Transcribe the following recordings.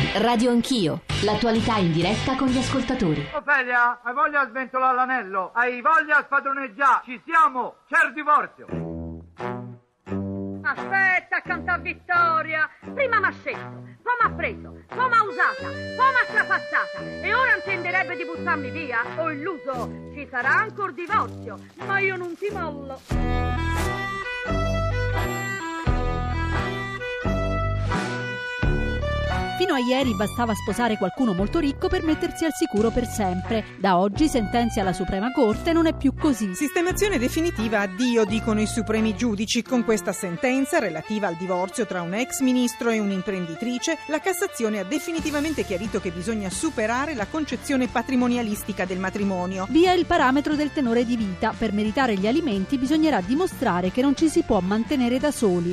Radio Anch'io, l'attualità in diretta con gli ascoltatori. Ofelia, hai voglia di sventolare l'anello? Hai voglia di spadroneggiare? Ci siamo, c'è il divorzio. Aspetta a cantare vittoria. Prima m'ha scelto, poi m'ha preso, poi m'ha usata, poi m'ha strapazzata e ora intenderebbe di buttarmi via? Ho illuso, ci sarà ancora divorzio, ma io non ti mollo. Fino a ieri bastava sposare qualcuno molto ricco per mettersi al sicuro per sempre. Da oggi, sentenzia la Suprema Corte, non è più così. Sistemazione definitiva addio, dicono i supremi giudici. Con questa sentenza, relativa al divorzio tra un ex ministro e un'imprenditrice, la Cassazione ha definitivamente chiarito che bisogna superare la concezione patrimonialistica del matrimonio. Via il parametro del tenore di vita. Per meritare gli alimenti bisognerà dimostrare che non ci si può mantenere da soli.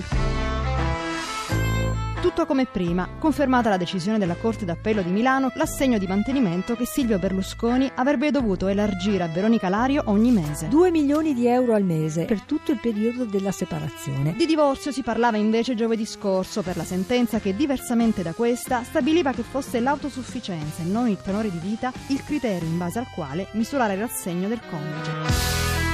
Tutto come prima, confermata la decisione della Corte d'Appello di Milano, l'assegno di mantenimento che Silvio Berlusconi avrebbe dovuto elargire a Veronica Lario ogni mese. 2 milioni di euro al mese per tutto il periodo della separazione. Di divorzio si parlava invece giovedì scorso per la sentenza che, diversamente da questa, stabiliva che fosse l'autosufficienza e non il tenore di vita il criterio in base al quale misurare l'assegno del coniuge.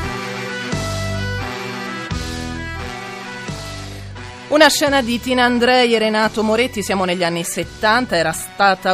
Una scena di Tina Andrei e Renato Moretti, siamo negli anni 70, era stata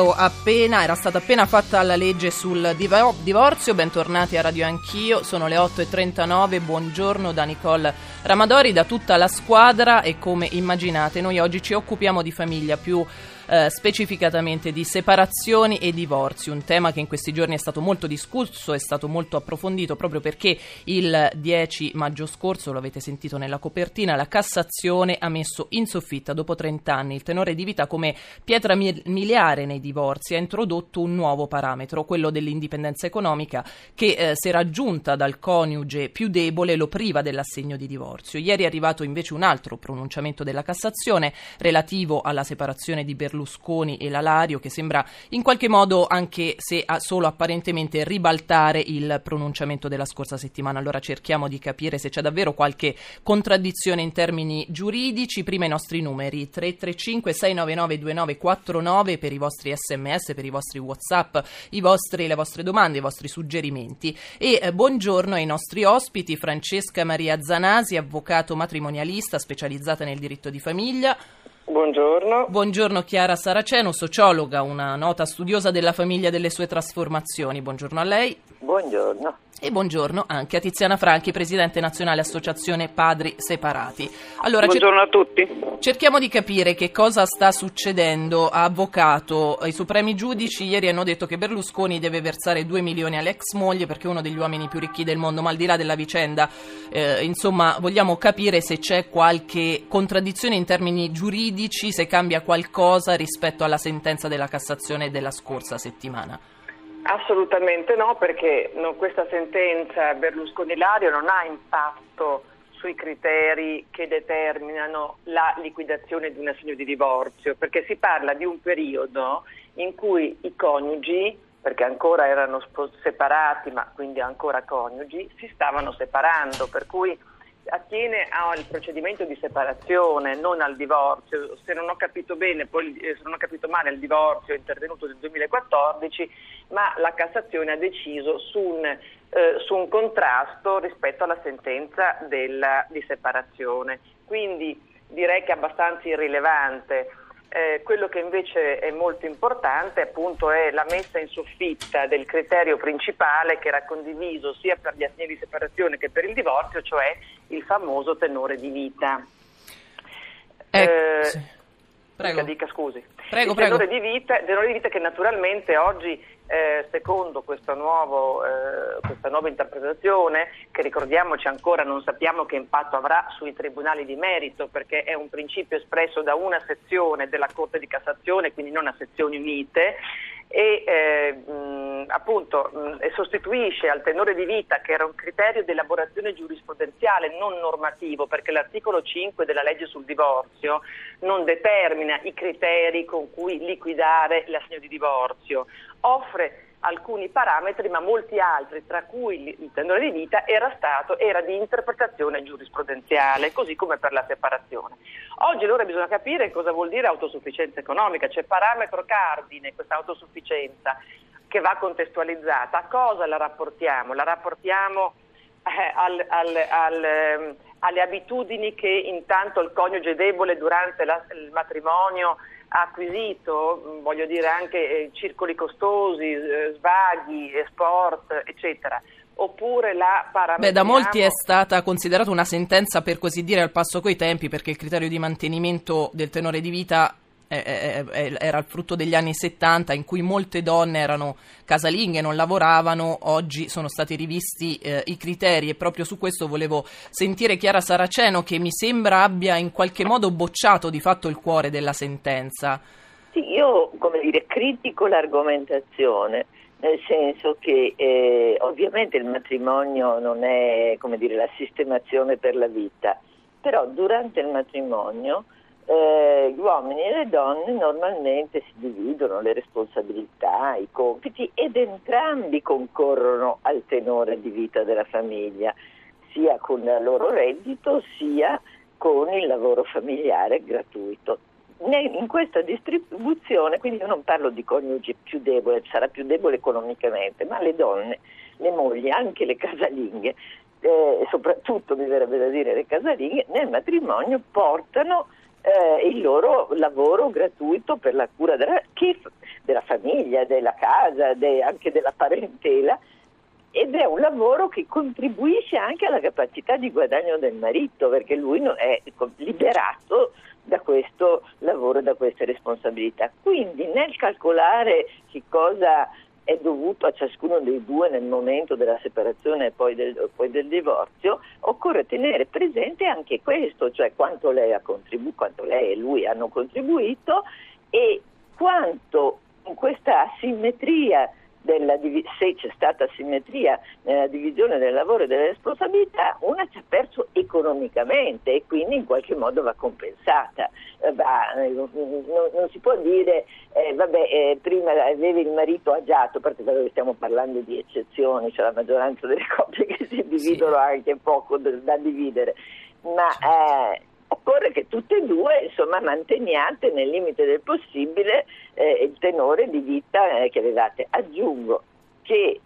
appena fatta la legge sul divorzio. Bentornati a Radio Anch'io, sono le 8.39, buongiorno da Nicole Ramadori, da tutta la squadra e come immaginate noi oggi ci occupiamo di famiglia, più specificatamente di separazioni e divorzi, un tema che in questi giorni è stato molto discusso, è stato molto approfondito proprio perché il 10 maggio scorso, lo avete sentito nella copertina, la Cassazione ha messo in soffitta dopo 30 anni il tenore di vita come pietra miliare nei divorzi, ha introdotto un nuovo parametro, quello dell'indipendenza economica che se raggiunta dal coniuge più debole lo priva dell'assegno di divorzio. Ieri è arrivato invece un altro pronunciamento della Cassazione relativo alla separazione di Berlusconi e la Lario, che sembra in qualche modo, anche se solo apparentemente, ribaltare il pronunciamento della scorsa settimana. Allora cerchiamo di capire se c'è davvero qualche contraddizione in termini giuridici. Prima i nostri numeri: 335 699 2949 per i vostri sms, per i vostri whatsapp, le vostre domande, i vostri suggerimenti. E buongiorno ai nostri ospiti: Francesca Maria Zanasi, avvocato matrimonialista specializzata nel diritto di famiglia. Buongiorno. Buongiorno Chiara Saraceno, sociologa, una nota studiosa della famiglia e delle sue trasformazioni. Buongiorno a lei. Buongiorno. E buongiorno anche a Tiziana Franchi, presidente nazionale Associazione Padri Separati. Allora, buongiorno a tutti. Cerchiamo di capire che cosa sta succedendo. Avvocato, i supremi giudici ieri hanno detto che Berlusconi deve versare 2 milioni all'ex moglie perché è uno degli uomini più ricchi del mondo, ma al di là della vicenda, insomma, vogliamo capire se c'è qualche contraddizione in termini giuridici, se cambia qualcosa rispetto alla sentenza della Cassazione della scorsa settimana. Assolutamente no, perché questa sentenza Berlusconi-Lario non ha impatto sui criteri che determinano la liquidazione di un assegno di divorzio, perché si parla di un periodo in cui i coniugi, perché ancora erano separati ma quindi ancora coniugi, si stavano separando, per cui attiene al procedimento di separazione, non al divorzio. Se non ho capito bene, se non ho capito male, il divorzio è intervenuto nel 2014, ma la Cassazione ha deciso su un contrasto rispetto alla sentenza di separazione. Quindi direi che è abbastanza irrilevante. Quello che invece è molto importante appunto è la messa in soffitta del criterio principale che era condiviso sia per gli assegni di separazione che per il divorzio, cioè il famoso tenore di vita. Sì. Prego. Dica scusi. Prego. Tenore di vita che naturalmente oggi, secondo questa nuova interpretazione, che ricordiamoci ancora non sappiamo che impatto avrà sui tribunali di merito, perché è un principio espresso da una sezione della Corte di Cassazione, quindi non a sezioni unite, e sostituisce al tenore di vita, che era un criterio di elaborazione giurisprudenziale non normativo, perché l'articolo 5 della legge sul divorzio non determina i criteri con cui liquidare l'assegno di divorzio, offre alcuni parametri, ma molti altri, tra cui il tenore di vita, era di interpretazione giurisprudenziale, così come per la separazione. Oggi allora bisogna capire cosa vuol dire autosufficienza economica, cioè parametro cardine, questa autosufficienza che va contestualizzata. A cosa la rapportiamo? La rapportiamo alle abitudini che intanto il coniuge debole durante il matrimonio ha acquisito, voglio dire anche circoli costosi, svaghi, sport, eccetera. Oppure la parametriamo... Da molti è stata considerata una sentenza, per così dire, al passo coi tempi, perché il criterio di mantenimento del tenore di vita era il frutto degli anni 70, in cui molte donne erano casalinghe, non lavoravano. Oggi sono stati rivisti i criteri, e proprio su questo volevo sentire Chiara Saraceno, che mi sembra abbia in qualche modo bocciato di fatto il cuore della sentenza. Sì, io critico l'argomentazione, nel senso che ovviamente il matrimonio non è la sistemazione per la vita, però durante il matrimonio gli uomini e le donne normalmente si dividono le responsabilità, i compiti, ed entrambi concorrono al tenore di vita della famiglia, sia con il loro reddito sia con il lavoro familiare gratuito. In questa distribuzione, quindi io non parlo di coniuge più debole, sarà più debole economicamente, ma le donne, le mogli, anche le casalinghe, soprattutto mi verrebbe da dire le casalinghe, nel matrimonio portano il loro lavoro gratuito per la cura della famiglia, della casa, anche della parentela, ed è un lavoro che contribuisce anche alla capacità di guadagno del marito, perché lui non è liberato da questo lavoro, da queste responsabilità. Quindi nel calcolare che cosa è dovuto a ciascuno dei due nel momento della separazione e poi del divorzio, occorre tenere presente anche questo, cioè quanto lei e lui hanno contribuito, e quanto in questa asimmetria se c'è stata asimmetria nella divisione del lavoro e delle responsabilità, una ci ha perso economicamente e quindi in qualche modo va compensata. Non si può dire prima avevi il marito agiato, perché stiamo parlando di eccezioni, cioè la maggioranza delle coppie che si dividono ha anche poco da dividere, ma occorre che tutte e due manteniate nel limite del possibile il tenore di vita che avevate. Aggiungo che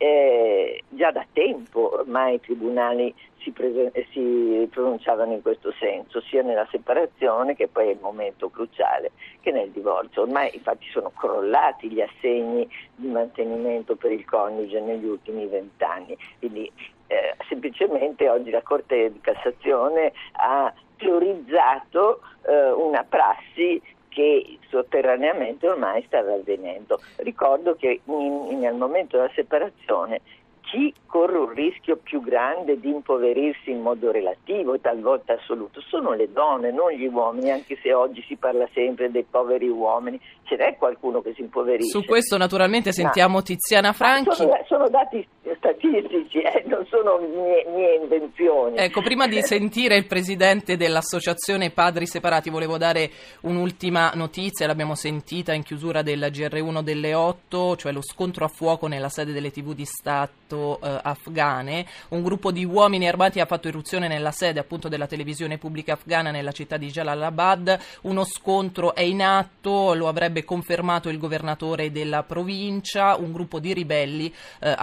già da tempo ormai i tribunali si pronunciavano in questo senso, sia nella separazione, che poi è il momento cruciale, che nel divorzio. Ormai infatti sono crollati gli assegni di mantenimento per il coniuge negli ultimi 20 anni, quindi semplicemente oggi la Corte di Cassazione ha teorizzato una prassi che sotterraneamente ormai stava avvenendo. Ricordo che nel momento della separazione chi corre un rischio più grande di impoverirsi in modo relativo e talvolta assoluto sono le donne, non gli uomini, anche se oggi si parla sempre dei poveri uomini. Ce n'è qualcuno che si impoverisce? Su questo naturalmente sentiamo Tiziana Franchi. Sono dati statistici, non sono mie invenzioni. Ecco, prima di sentire il presidente dell'associazione Padri Separati, volevo dare un'ultima notizia, l'abbiamo sentita in chiusura del GR1 delle 8, cioè lo scontro a fuoco nella sede delle TV di Stato afghane. Un gruppo di uomini armati ha fatto irruzione nella sede appunto della televisione pubblica afghana nella città di Jalalabad. Uno scontro è in atto, lo avrebbe confermato il governatore della provincia. Un gruppo di ribelli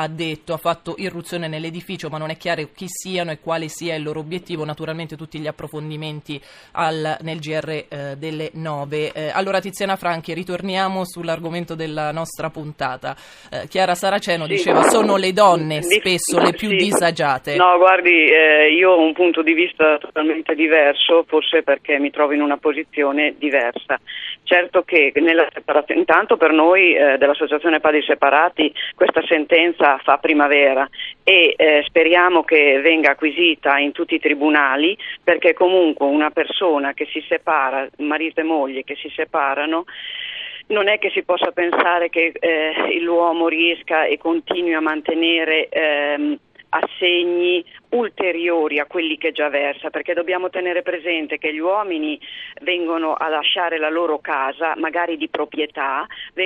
ha fatto irruzione nell'edificio, ma non è chiaro chi siano e quale sia il loro obiettivo. Naturalmente tutti gli approfondimenti nel GR delle 9. Allora Tiziana Franchi, ritorniamo sull'argomento della nostra puntata. Chiara Saraceno diceva sono le donne spesso le più disagiate. No, guardi, io ho un punto di vista totalmente diverso, forse perché mi trovo in una posizione diversa. Certo che nella separazione, intanto per noi dell'Associazione Padri Separati questa sentenza fa primavera e speriamo che venga acquisita in tutti i tribunali, perché comunque una persona che si separa, marito e moglie che si separano, non è che si possa pensare che l'uomo riesca e continui a mantenere assegni ulteriori a quelli che già versa, perché dobbiamo tenere presente che gli uomini vengono a lasciare la loro casa, magari di proprietà,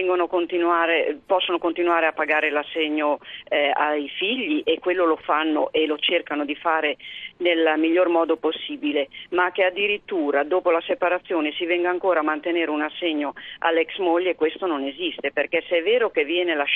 possono continuare a pagare l'assegno ai figli, e quello lo fanno e lo cercano di fare nel miglior modo possibile, ma che addirittura dopo la separazione si venga ancora a mantenere un assegno all'ex moglie, questo non esiste, perché se è vero che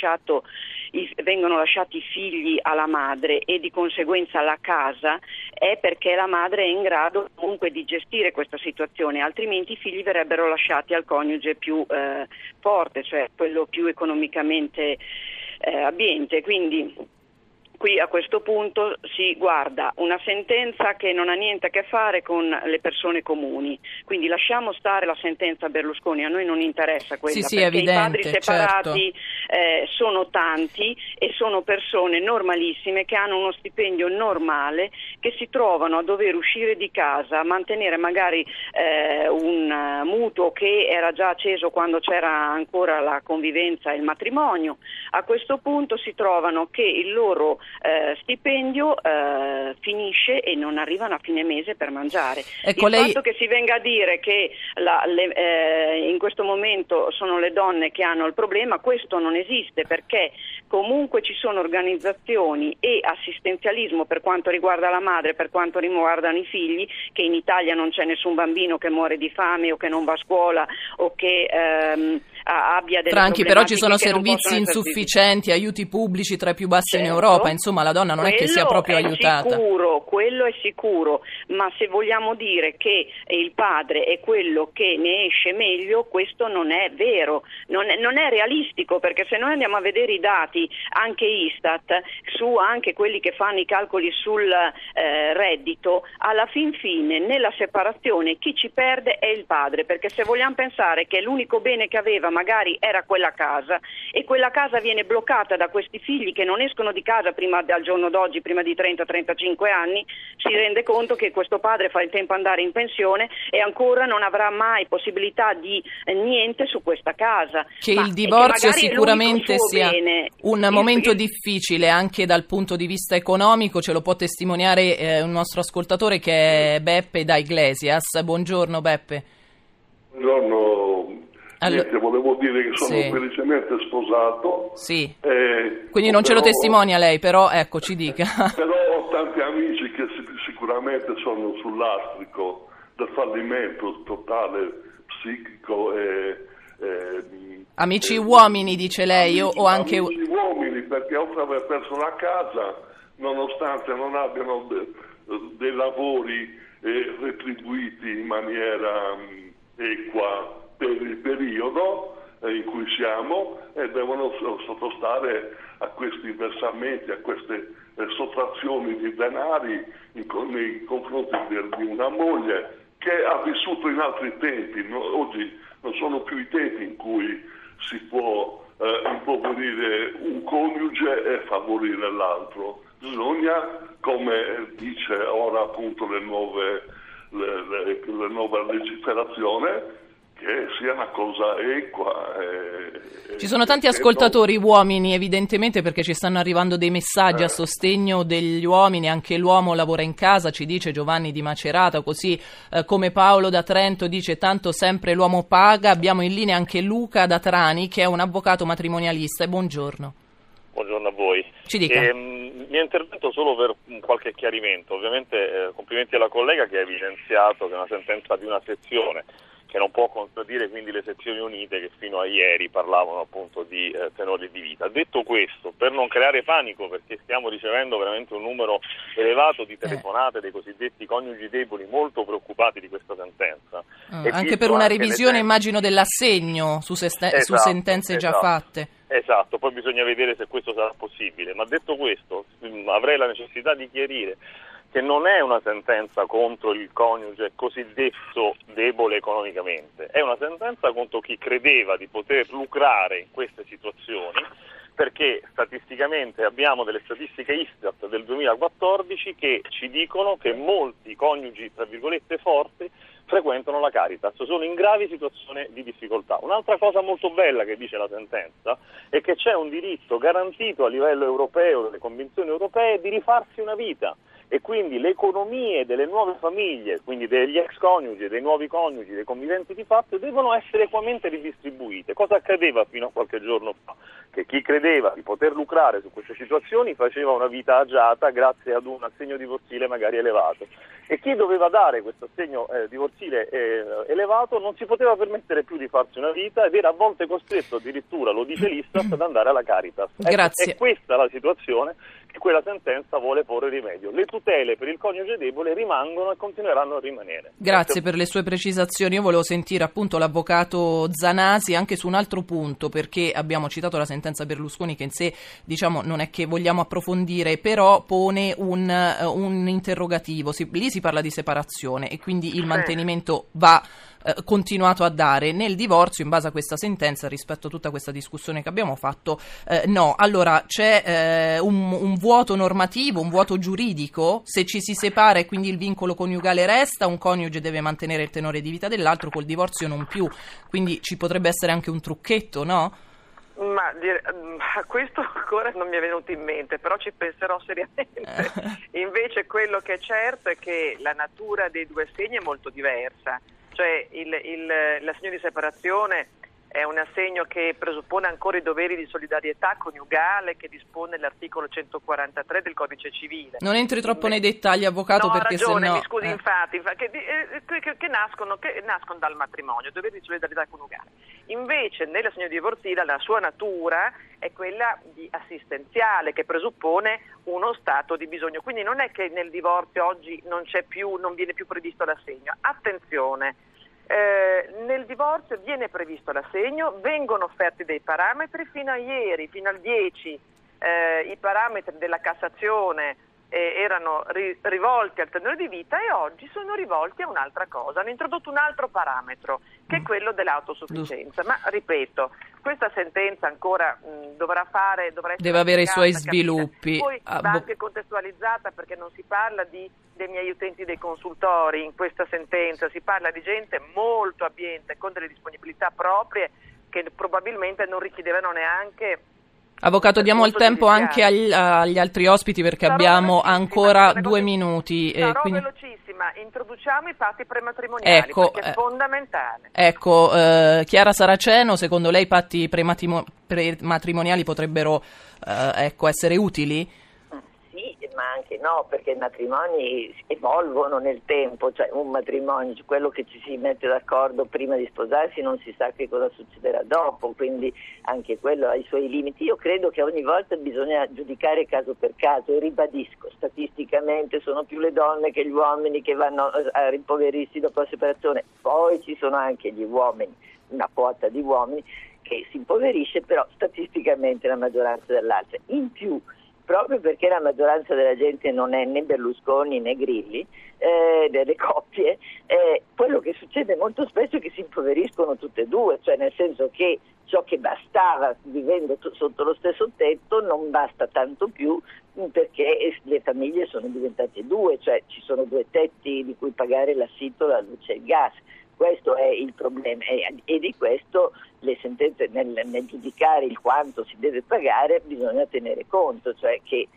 vengono lasciati i figli alla madre e di conseguenza alla casa, è perché la madre è in grado comunque di gestire questa situazione, altrimenti i figli verrebbero lasciati al coniuge più forte, cioè quello più economicamente abbiente. Quindi qui a questo punto si guarda una sentenza che non ha niente a che fare con le persone comuni, quindi lasciamo stare la sentenza Berlusconi, a noi non interessa quella, sì, perché evidente, i padri separati certo. Sono tanti e sono persone normalissime che hanno uno stipendio normale, che si trovano a dover uscire di casa, mantenere magari un mutuo che era già acceso quando c'era ancora la convivenza e il matrimonio. A questo punto si trovano che il loro stipendio finisce e non arrivano a fine mese per mangiare. Ecco, il fatto che si venga a dire che in questo momento sono le donne che hanno il problema, questo non esiste, perché comunque ci sono organizzazioni e assistenzialismo per quanto riguarda la madre, per quanto riguardano i figli, che in Italia non c'è nessun bambino che muore di fame o che non va a scuola o che abbia delle Franchi, però ci sono che servizi insufficienti, aiuti pubblici tra i più bassi in Europa, insomma la donna non è che sia proprio aiutata. Quello è sicuro, ma se vogliamo dire che il padre è quello che ne esce meglio, questo non è vero, non è realistico, perché se noi andiamo a vedere i dati, anche Istat, su anche quelli che fanno i calcoli sul reddito, alla fin fine nella separazione chi ci perde è il padre, perché se vogliamo pensare che l'unico bene che aveva magari era quella casa, e quella casa viene bloccata da questi figli che non escono di casa prima al giorno d'oggi, prima di 30-35 anni, si rende conto che questo padre fa il tempo andare in pensione e ancora non avrà mai possibilità di niente su questa casa. Che il divorzio sicuramente sia un momento difficile anche dal punto di vista economico, ce lo può testimoniare un nostro ascoltatore che è Beppe da Iglesias. Buongiorno Beppe. Buongiorno. Niente, volevo dire che sono felicemente sposato. Sì. Quindi non ce lo testimonia lei, però ecco, ci dica. Però ho tanti amici che sicuramente sono sull'astrico del fallimento totale psichico amici uomini, dice lei, o anche amici uomini, perché oltre ad aver perso la casa, nonostante non abbiano dei lavori retribuiti in maniera equa per il periodo in cui siamo, e devono sottostare a questi versamenti, a queste sottrazioni di denari nei confronti di una moglie che ha vissuto in altri tempi. Oggi non sono più i tempi in cui si può impoverire un coniuge e favorire l'altro. Bisogna, come dice ora appunto la nuova legiferazione, che sia una cosa equa. Ci sono tanti ascoltatori uomini, evidentemente, perché ci stanno arrivando dei messaggi a sostegno degli uomini. Anche l'uomo lavora in casa, ci dice Giovanni di Macerata, così come Paolo da Trento dice tanto sempre l'uomo paga. Abbiamo in linea anche Luca da Trani, che è un avvocato matrimonialista. Buongiorno. Buongiorno a voi. Ci dica. Mio intervento solo per qualche chiarimento. Ovviamente complimenti alla collega che ha evidenziato che è una sentenza di una sezione, che non può contraddire quindi le sezioni unite che fino a ieri parlavano appunto di tenore di vita. Detto questo, per non creare panico, perché stiamo ricevendo veramente un numero elevato di telefonate dei cosiddetti coniugi deboli molto preoccupati di questa sentenza. Anche per una revisione immagino dell'assegno su sentenze già fatte. Esatto, poi bisogna vedere se questo sarà possibile, ma detto questo avrei la necessità di chiarire che non è una sentenza contro il coniuge cosiddetto debole economicamente, è una sentenza contro chi credeva di poter lucrare in queste situazioni, perché statisticamente abbiamo delle statistiche Istat del 2014 che ci dicono che molti coniugi, tra virgolette, forti frequentano la Caritas, sono in gravi situazioni di difficoltà. Un'altra cosa molto bella che dice la sentenza è che c'è un diritto garantito a livello europeo, dalle convenzioni europee, di rifarsi una vita, e quindi le economie delle nuove famiglie, quindi degli ex coniugi, dei nuovi coniugi, dei conviventi di fatto, devono essere equamente ridistribuite. Cosa accadeva fino a qualche giorno fa? Che chi credeva di poter lucrare su queste situazioni faceva una vita agiata grazie ad un assegno divorzile magari elevato, e chi doveva dare questo assegno divorzile elevato non si poteva permettere più di farsi una vita ed era a volte costretto, addirittura lo dice l'Istat, ad andare alla Caritas. Grazie. È questa la situazione che quella sentenza vuole porre rimedio. Le tutele per il coniuge debole rimangono e continueranno a rimanere. Grazie per le sue precisazioni. Io volevo sentire appunto l'avvocato Zanasi anche su un altro punto, perché abbiamo citato la sentenza Berlusconi, che in sé, diciamo, non è che vogliamo approfondire, però pone un interrogativo. Lì si parla di separazione e quindi il mantenimento va continuato a dare. Nel divorzio, in base a questa sentenza, rispetto a tutta questa discussione che abbiamo fatto, no. Allora c'è un vuoto normativo, un vuoto giuridico. Se ci si separa e quindi il vincolo coniugale resta, un coniuge deve mantenere il tenore di vita dell'altro, col divorzio non più, quindi ci potrebbe essere anche un trucchetto, no? Ma questo ancora non mi è venuto in mente, però ci penserò seriamente. Invece quello che è certo è che la natura dei due assegni è molto diversa. Cioè l'assegno di separazione è un assegno che presuppone ancora i doveri di solidarietà coniugale che dispone l'articolo 143 del Codice Civile. Non entri troppo nei dettagli, avvocato, no, perché ragione, sennò... mi scusi, infatti, che nascono dal matrimonio, doveri di solidarietà coniugale. Invece nell'assegno divorzile la sua natura è quella di assistenziale, che presuppone uno stato di bisogno. Quindi non è che nel divorzio oggi non viene più previsto l'assegno. Attenzione, nel divorzio viene previsto l'assegno, vengono offerti dei parametri. Fino a ieri, fino al 10, i parametri della Cassazione erano rivolti al tenore di vita e oggi sono rivolti a un'altra cosa. Hanno introdotto un altro parametro, che è quello dell'autosufficienza. Ma ripeto, questa sentenza ancora deve avere i suoi sviluppi. Poi va anche contestualizzata, perché non si parla dei miei utenti dei consultori in questa sentenza, si parla di gente molto abbiente, con delle disponibilità proprie, che probabilmente non richiedevano neanche... Avvocato, diamo il tempo anche agli altri ospiti, perché abbiamo ancora 2 minuti. Sarò velocissima, introduciamo i patti prematrimoniali, perché è fondamentale. Ecco, Chiara Saraceno, secondo lei i patti prematrimoniali potrebbero essere utili? Sì, ma anche no, perché i matrimoni evolvono nel tempo, cioè un matrimonio, quello che ci si mette d'accordo prima di sposarsi, non si sa che cosa succederà dopo, quindi anche quello ha i suoi limiti. Io credo che ogni volta bisogna giudicare caso per caso, e ribadisco, statisticamente sono più le donne che gli uomini che vanno a rimpoverirsi dopo la separazione. Poi ci sono anche gli uomini, una quota di uomini che si impoverisce, però statisticamente la maggioranza dell'altra. In più, proprio perché la maggioranza della gente non è né Berlusconi né Grilli, delle coppie, quello che succede molto spesso è che si impoveriscono tutte e due, cioè nel senso che ciò che bastava vivendo sotto lo stesso tetto non basta tanto più, perché le famiglie sono diventate due, cioè ci sono 2 tetti di cui pagare l'affitto, la luce e il gas. Questo è il problema, e di questo le sentenze nel giudicare il quanto si deve pagare bisogna tenere conto, cioè che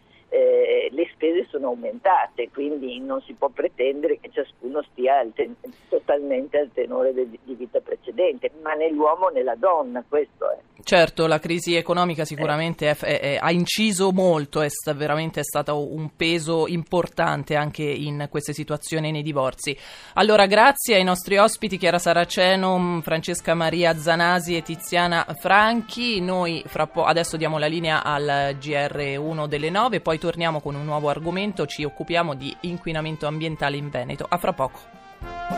le spese sono aumentate, quindi non si può pretendere che ciascuno stia totalmente al tenore di vita precedente, ma né l'uomo né la donna, questo è. Certo, la crisi economica sicuramente ha inciso molto, veramente è stato un peso importante anche in queste situazioni, nei divorzi. Allora, grazie ai nostri ospiti Chiara Saraceno, Francesca Maria Zanasi e Tiziana Franchi. Noi adesso diamo la linea al GR1 delle 9, poi torniamo con un nuovo argomento, ci occupiamo di inquinamento ambientale in Veneto. A fra poco.